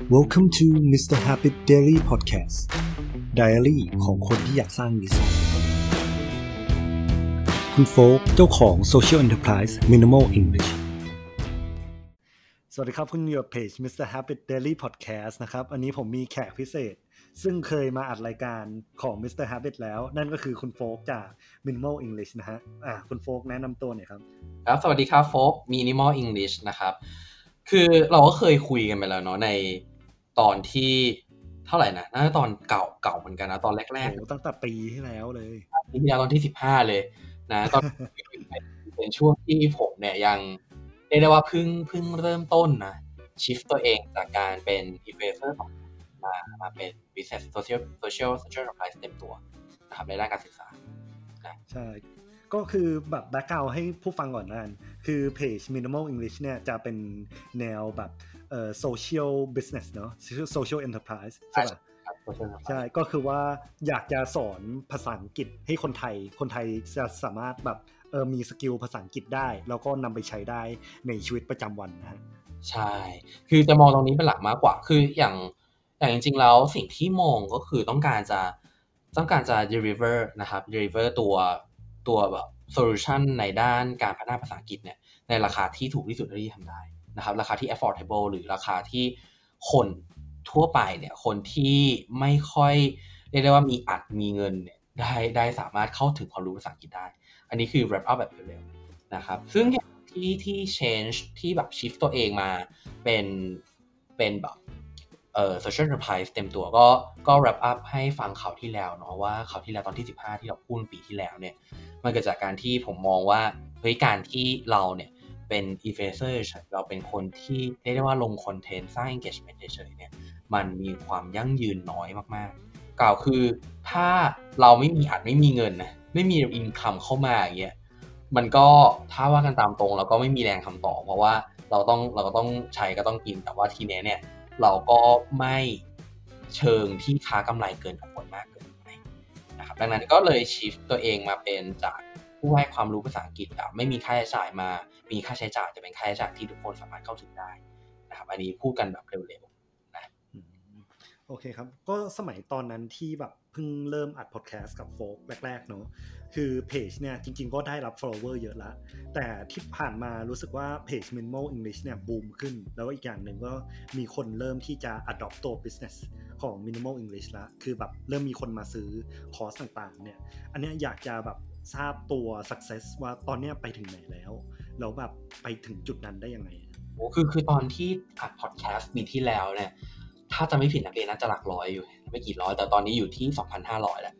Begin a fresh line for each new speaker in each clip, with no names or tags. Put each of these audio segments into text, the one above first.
Welcome to Mr. Habit Daily Podcast Diary ของคนที่อยากสร้างนิสัยคุณโฟกเจ้าของ Social Enterprise Minimal English สวัสดีครับคุณอยู่กับเพจ Mr. Habit Daily Podcast นะครับอันนี้ผมมีแขกพิเศษซึ่งเคยมาอัดรายการของ Mr. Habit แล้วนั่นก็คือคุณโฟกจาก Minimal English นะฮะคุณโฟกแนะนำตัวหน่อยครับ
ครับสวัสดีครับโฟก Minimal English นะครับคือเราก็เคยคุยกันไปแล้วเนาะในตอนที่เท่าไหร่นะน่าจะตอนเก่าเหมือนกันนะตอนแรก
ๆตั้งแต่ปีที่แล้วเลย
ปีที่แล้วตอนที่15เลยนะตอนเป็นช่วงที่ผมเนี่ยยังเรียกได้ว่าเพิ่งเริ่มต้นนะชิฟตัวเองจากการเป็น influencer มาเป็น business social enterprise เต็มตัวนะครับในด้านการศึกษา
ใช่ก็คือแบบแบ็คกราวด์ให้ผู้ฟังก่อนนั่นคือเพจ Minimal English เนี่ยจะเป็นแนวแบบsocial business เนาะ social enterprise ใช่ป่ะใช่ก็คือว่าอยากจะสอนภาษาอังกฤษให้คนไทยจะสามารถแบบมีสกิลภาษาอังกฤษได้แล้วก็นำไปใช้ได้ในชีวิตประจำวันนะฮะ
ใช่คือจะมองตรงนี้เป็นหลักมากกว่าคืออย่างจริงๆแล้วสิ่งที่มองก็คือต้องการจะ deliver นะครับ deliver ตัวแบบโซลูชันในด้านการพัฒนาภาษาอังกฤษเนี่ยในราคาที่ถูกที่สุดที่ทำได้นะครับราคาที่ affordable หรือราคาที่คนทั่วไปเนี่ยคนที่ไม่ค่อยเรียกได้ว่ามีเงินเนี่ยได้สามารถเข้าถึงความรู้ภาษาอังกฤษได้อันนี้คือ wrap up แบบเร็วๆนะครับซึ่งที่ change ที่แบบ shift ตัวเองมาเป็นแบบsocial enterprise เต็มตัวก็ wrap up ให้ฟังข่าวที่แล้วเนาะว่าข่าวที่แล้วตอนที่15ที่เราพูดปีที่แล้วเนี่ยมันเกิดจากการที่ผมมองว่าเฮ้ยการที่เราเนี่ยเป็น influencer เราเป็นคนที่เรียกได้ว่าลงคอนเทนต์สร้าง engagement เฉยๆเนี่ยมันมีความยั่งยืนน้อยมากๆกล่าวคือถ้าเราไม่มีเงินนะไม่มี income เข้ามาอย่างเงี้ยมันก็ถ้าว่ากันตามตรงเราก็ไม่มีแรงทำต่อเพราะว่าเราก็ต้องใช้ก็ต้องกินแต่ว่าทีนี้เนี่ยเราก็ไม่เชิงที่ค้ากำไรเกินควรมากเกินไปนะครับดังนั้นก็เลยชิฟต์ตัวเองมาเป็นจากผู้ให้ความรู้ภาษาอังกฤษแบบไม่มีค่าใช้จ่ายมามีค่าใช้จ่ายจะเป็นค่าใช้จ่ายที่ทุกคนสามารถเข้าถึงได้นะครับอันนี้พูดกันแบบเร็วๆนะ
โอเคครับก็สมัยตอนนั้นที่แบบเพิ่งเริ่มอัดพอดแคสต์กับโฟกแรกๆเนอะคือเพจเนี่ยจริงๆก็ได้รับ follower เยอะละแต่ที่ผ่านมารู้สึกว่าเพจ Minimal English เนี่ยบูมขึ้นแล้วอีกอย่างหนึ่งก็มีคนเริ่มที่จะ adopt ตัว business ของ Minimal English ละคือแบบเริ่มมีคนมาซื้อคอร์สต่างๆเนี่ยอันนี้อยากจะแบบทราบตัว success ว่าตอนนี้ไปถึงไหนแล้วแบบไปถึงจุดนั้นได้ยังไง
คือตอนที่อัดพอดแคสต์ปีที่แล้วเนี่ยถ้าจะไม่ผิดนักเรียนน่าจะหลักร้อยอยู่ไม่กี่ร้อยแต่ตอนนี้อยู่ที่ 2,500 แล้ว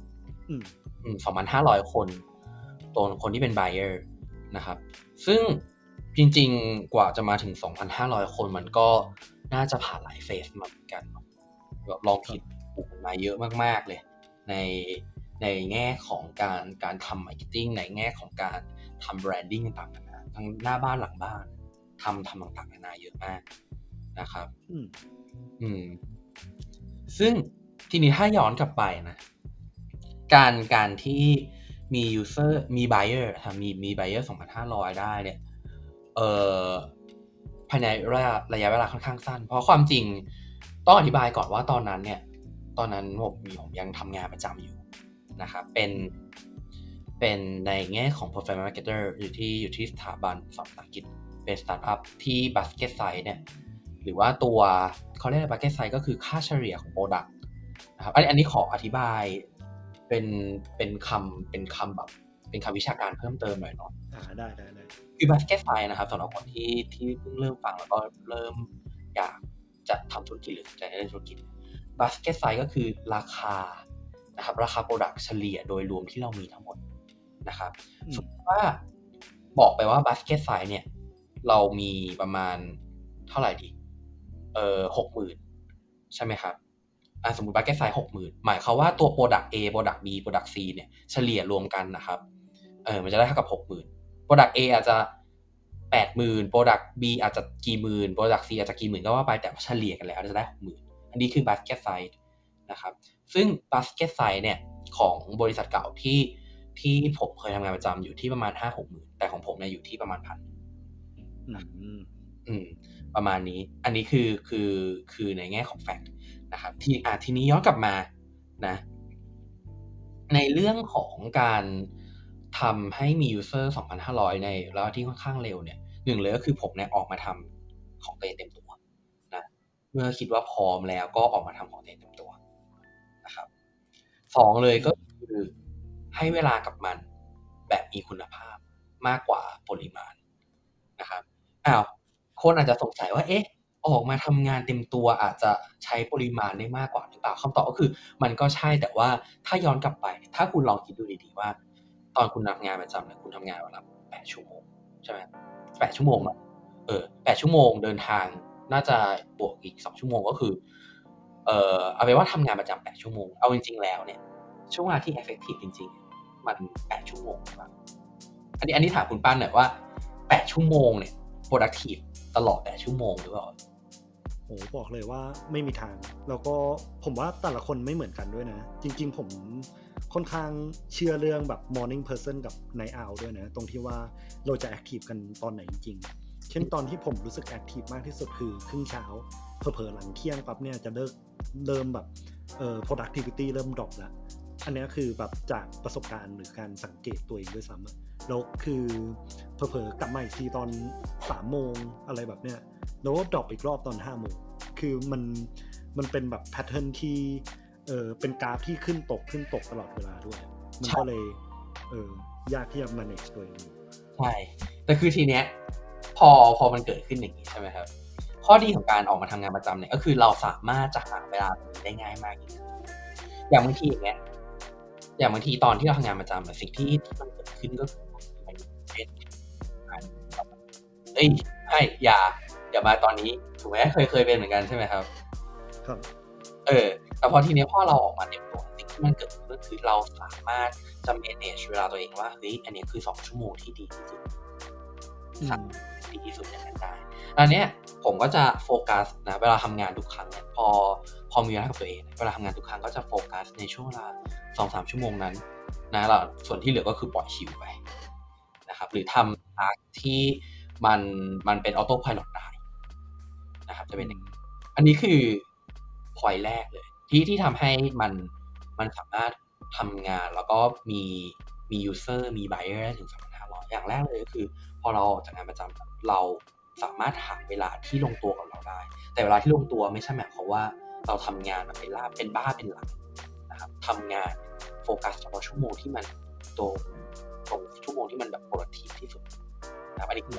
2,500 คนตัวคนที่เป็น buyer นะครับซึ่งจริงๆกว่าจะมาถึง 2,500 คนมันก็น่าจะผ่านหลายเฟสมาเหมือนกันแบบลองผิดถูกมาเยอะมากๆเลยในแง่ของการทำ marketing ในแง่ของการทำ branding ต่างๆนานาทั้งหน้าบ้านหลังบ้านทำต่างๆนานาเยอะมากนะครับซึ่งทีนี้ถ้าย้อนกลับไปนะการที่มี user มี buyer มี buyer 2,500 ได้เนี่ยภายในระยะเวลาค่อนข้างสั้นเพราะความจริงต้องอธิบายก่อนว่าตอนนั้นผมยังทำงานประจำอยู่นะครับเป็นในแง่ของ Performance Marketer อยู่ที่สถาบันสอนภาษาอังกฤษเป็นสตาร์ทอัพที่ Basket Size เนี่ยหรือว่าตัวเขาเรียกว่า Basket Size ก็คือค่าเฉลี่ยของ Product นะครับอันนี้ขออธิบายเป็นคำแบบเป็นคำวิชาการเพิ่มเติมหน่อยเนาะ
ได้
คือ Basket Size นะครับสำหรับคนที่เพิ่งเริ่มฟังแล้วก็เริ่มอยากจะทำธุรกิจหรือจะเล่นธุรกิจ Basket Size ก็คือราคานะครับราคา Product เฉลี่ยโดยรวมที่เรามีทั้งหมดนะครับสมมติว่าบอกไปว่า Basket Size เนี่ยเรามีประมาณเท่าไหร่ดี60,000 ใช่ไหมครับสมมุติ Basket Size 60,000 หมายความว่าตัว Product A Product B Product C เนี่ยเฉลี่ยรวมกันนะครับมันจะได้เท่ากับ 60,000 Product A อาจจะ 80,000 Product B อาจจะกี่หมื่น Product C อาจจะกี่หมื่นก็ว่าไปแต่เฉลี่ยกันแล้วจะได้ 60,000 อันนี้คือ Basket Size นะครับซึ่ง Basket Size เนี่ยของบริษัทเก่าที่ผมเคยทำงานประจำอยู่ที่ประมาณ 5-6 หมื่นแต่ของผมเนี่ยอยู่ที่ประมาณ 1,000 ประมาณนี้อันนี้คือในแง่ของแฟกต์นะครับทีนี้ย้อนกลับมานะในเรื่องของการทำให้มี user 2,500 ในระยะที่ค่อนข้างเร็วเนี่ยหนึ่งเลยก็คือผมเนี่ยออกมาทำของตัวเองเต็มตัวนะเมื่อคิดว่าพร้อมแล้วก็ออกมาทำของตัวเองเต็มตัวนะครับสองเลยก็คือให้เวลากับมันแบบมีคุณภาพมากกว่าปริมาณนะครับคนอาจจะสงสัยว่าออกมาทำงานเต็มตัวอาจจะใช้ปริมาณได้มากกว่าหรือเปล่าคำตอบก็คือมันก็ใช่แต่ว่าถ้าย้อนกลับไปถ้าคุณลองคิดดูดีๆว่าตอนคุณทำงานประจำเนี่ยคุณทำงานวันละ8 ชั่วโมงใช่ไหม8 ชั่วโมง8 ชั่วโมงเดินทางน่าจะบวกอีก2 ชั่วโมงก็คือเอาเป็นว่าทำงานประจำ8 ชั่วโมงเอาจริงๆแล้วเนี่ยช่วงเวลาที่ effective จริงๆมัน8 ชั่วโมงครับอันนี้ถามคุณปั้นหน่อยว่า8 ชั่วโมงเนี่ย productive ตลอด8 ชั่วโมงหรือเปล่า
โอ้บอกเลยว่าไม่มีทางแล้วก็ผมว่าแต่ละคนไม่เหมือนกันด้วยนะจริงๆผมค่อนข้างเชื่อเรื่องแบบ morning person กับ night owl ด้วยนะตรงที่ว่าเราจะ active กันตอนไหนจริงๆเช่นตอนที่ผมรู้สึก active มากที่สุดคือครึ่งเช้าเผลอๆหลังเที่ยงปั๊บเนี่ยจะเริ่มแบบproductivity เริ่ม drop แล้วอันนี้คือแบบจากประสบการณ์หรือการสังเกตตัวเองด้วยซ้ำแล้วคือเผลอๆกลับมาอีกทีตอน 3 โมงอะไรแบบเนี้ยแล้วก็ดรอปอีกรอบตอน 5 โมงคือมันเป็นแบบแพทเทิร์นที่เป็นกราฟที่ขึ้นตกตลอดเวลาด้วยมันก็เลยยากที่จะ manage ตัวเอง
ใช่แต่คือทีเนี้ยพอมันเกิดขึ้นอย่างนี้ใช่ไหมครับข้อดีของการออกมาทำงานประจำเนี่ยก็คือเราสามารถจะหาเวลาได้ง่ายมากอย่างบางทีอย่างเงี้ยอย่างบางทีตอนที่เราทำงานประจำสิ่งที่มันเกิดขึ้นก็คือเช่นให้อย่ามาตอนนี้ถูกไหมเคยเป็นเหมือนกันใช่ไหมครับ
ครับ
แต่พอทีนี้พอเราออกมาเต็มตัวสิ่งที่มันเกิดขึ้นก็คือเราสามารถจะ manage เวลาตัวเองว่าอันนี้คือ2 ชั่วโมงที่ดีที่สุดดีที่สุดอย่างนั้นได้อันเนี้ยผมก็จะโฟกัสนะเวลาทำงานทุกครั้งเนี่ยพอมีเวลากับตัวเองเวลาทำงานทุกครั้งก็จะโฟกัสในช่วงเวลา 2-3 ชั่วโมงนั้นนะแล้วส่วนที่เหลือก็คือปล่อยชิลไปนะครับหรือทำทาสที่มันเป็นออโต้ไพลอตได้นะครับจะเป็นอย่างนี้อันนี้คือพอยต์แรกเลยที่ทำให้มันสามารถทำงานแล้วก็มี user มี buyer ได้ถึง 2,500 อย่างแรกเลยก็คือพอเราออกจากงานประจำเราสามารถหาเวลาที่ลงตัวกับเราได้แต่เวลาที่ลงตัวไม่ใช่หมายความว่าเราทำงานแบบเป็นบ้าเป็นหลักนะครับทำงานโฟกัสเฉพาะชั่วโมงที่มันตรงชั่วโมงที่มันแบบ productive ที่สุดนะครับอันนี้คือ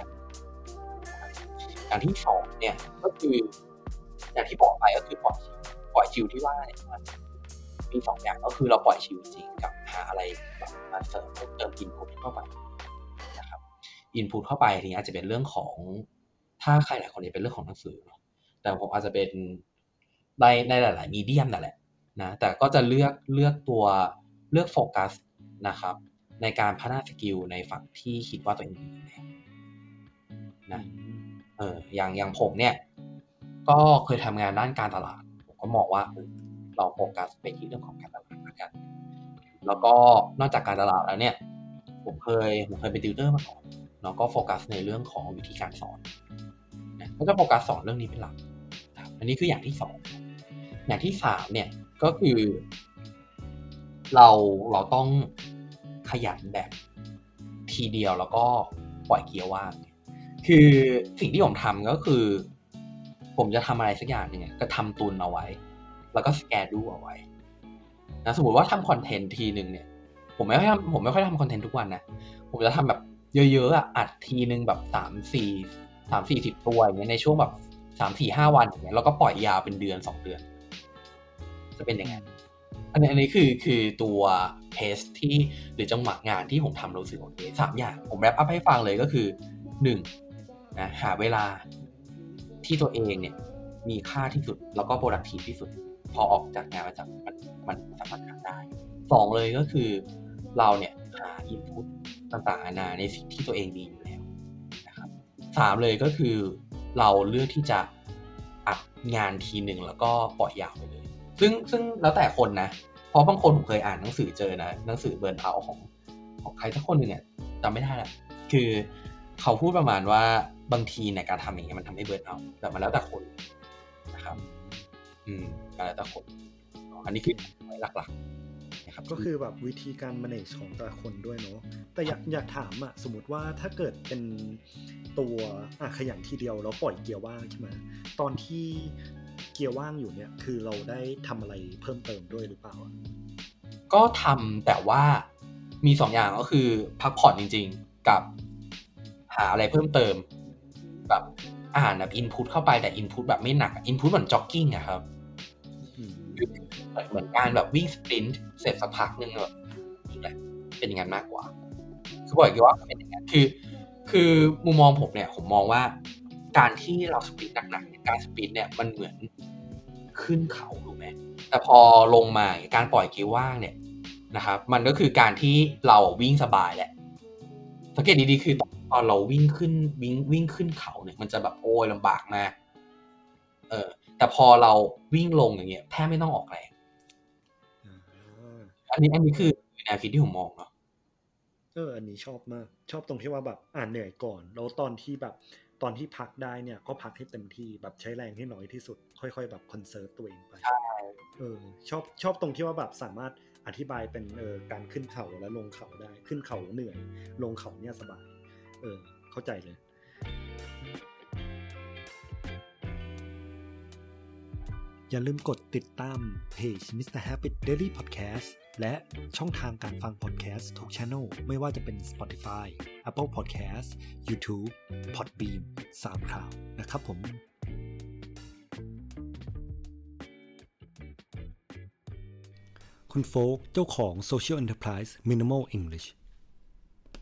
อย่างที่สองเนี่ยก็คืออย่างที่บอกไปก็คือปล่อยชิลที่ว่าเนี่ยมันมี2 อย่างก็คือเราปล่อยชิลจริงกับหาอะไรแบบมาเสริมเติมอินพุตเข้าไปนะครับอินพุตเข้าไปทีนี้อาจจะเป็นเรื่องของถ้าใครหลายคนเนี่ยเป็นเรื่องของหนังสือเนาะแต่ผมอาจจะเป็นในหลายๆมีเดียมนั่นแหละนะแต่ก็จะเลือกโฟกัสนะครับในการพัฒนาสกิลในฝั่งที่คิดว่าตัวเองดีนะอย่างผมเนี่ยก็เคยทำงานด้านการตลาดผมก็มองว่าเราโฟกัสไปที่เรื่องของการตลาดละกันแล้วก็นอกจากการตลาดแล้วเนี่ยผมเคยเป็นติวเตอร์มาก่อนแล้วก็โฟกัสในเรื่องของวิธีการสอนนะก็จะโฟกัสสอนเรื่องนี้เป็นหลักอันนี้คืออย่างที่2อย่างที่3เนี่ยก็คือเราต้องขยันแบบทีเดียวแล้วก็ปล่อยเกียร์ว่างคือสิ่งที่ผมทำก็คือผมจะทำอะไรสักอย่างหนึ่งก็ทำตุนเอาไว้แล้วก็สแกดูเอาไว้นะสมมติว่าทำคอนเทนต์ทีนึงเนี่ยผมไม่ค่อยทำคอนเทนต์ทุกวันนะผมจะทำแบบเยอะๆอัดทีนึงแบบ3-40 ตัวอย่างเงี้ยในช่วงแบบ3-4-5 วันอย่างเงี้ยแล้วก็ปล่อยยาวเป็นเดือน2 เดือนจะเป็นอย่างนั้นอันนี้คือตัวเพสที่หรือจังหวะงานที่ผมทำรู้สึกโอเค3 อย่างผมแรปอัพให้ฟังเลยก็คือ1นะหาเวลาที่ตัวเองเนี่ยมีค่าที่สุดแล้วก็ productive ที่สุดพอออกจากงานประจำมันสามารถทำได้2เลยก็คือเราเนี่ยหา input ต่างๆนานาในสิ่งที่ตัวเองดีอยู่แล้วนะครับ3เลยก็คือเราเลือกที่จะอัดงานทีนึงแล้วก็ปล่อยยาวไปเลยซึ่งแล้วแต่คนนะเพราะบางคนผมเคยอ่านหนังสือเจอนะหนังสือเบิร์นเอาท์ของใครสักคนนึงเนี่ยจำไม่ได้ละคือเขาพูดประมาณว่าบางทีในการทำอย่างเงี้ยมันทำให้เบิร์นเอาท์แต่มันแล้วแต่คนนะครับแล้วแต่คนอันนี้คือหลักๆนะครับ
ก็คือแบบวิธีการ manage ของแต่ละคนด้วยเนาะแต่อยากถามอ่ะสมมติว่าถ้าเกิดเป็นตัวขยันทีเดียวแล้วปล่อยเกียร์ว่างใช่ไหมตอนที่เกียร์ว่างอยู่เนี่ยคือเราได้ทำอะไรเพิ่มเติมด้วยหรือเปล่า
ก็ทำแต่ว่ามี2 อย่างก็คือพักผ่อนจริงๆกับหาอะไรเพิ่มเติมแบบอ่านแบบอินพุตเข้าไปแต่อินพุตแบบไม่หนักอินพุตเหมือนจ็อกกิ้งอะครับเหมือนการแบบวิ่งสปรินต์เสร็จสักพักนึงแบบเป็นอย่างนั้นมากกว่าคือบอกว่าเป็นอย่างนั้นคือมุมมองผมเนี่ยผมมองว่าการที่เราสปรินต์หนักๆการสปรินต์เนี่ยมันเหมือนขึ้นเขาถูกไหมแต่พอลงมาการปล่อยเกียร์ว่างเนี่ยนะครับมันก็คือการที่เราวิ่งสบายแหละสังเกตดีๆคือตอนเราวิ่งขึ้นเขาเนี่ยมันจะแบบโอ้ยลำบากมากแต่พอเราวิ่งลงอย่างเงี้ยแทบไม่ต้องออกแรงอันนี้คือแนวคิดที่ผมมองเนาะ
อันนี้ชอบมากชอบตรงที่ว่าแบบเหนื่อยก่อนแล้วตอนที่พักได้เนี่ยก็พักให้เต็มที่แบบใช้แรงให้น้อยที่สุดค่อยๆแบบคอนเซิร์ฟตัวเองไปชอบตรงที่ว่าแบบสามารถอธิบายเป็นการขึ้นเขาและลงเขาได้ขึ้นเขาเหนื่อยลงเขาเนี่ยสบายเข้าใจเลยอย่าลืมกดติดตามเพจ Mr. Happy Daily Podcast และช่องทางการฟัง podcast ทุก channel ไม่ว่าจะเป็น Spotify, Apple Podcast, YouTube, Podbean, SoundCloud นะครับผมคุณโฟกเจ้าของ Social Enterprise Minimal English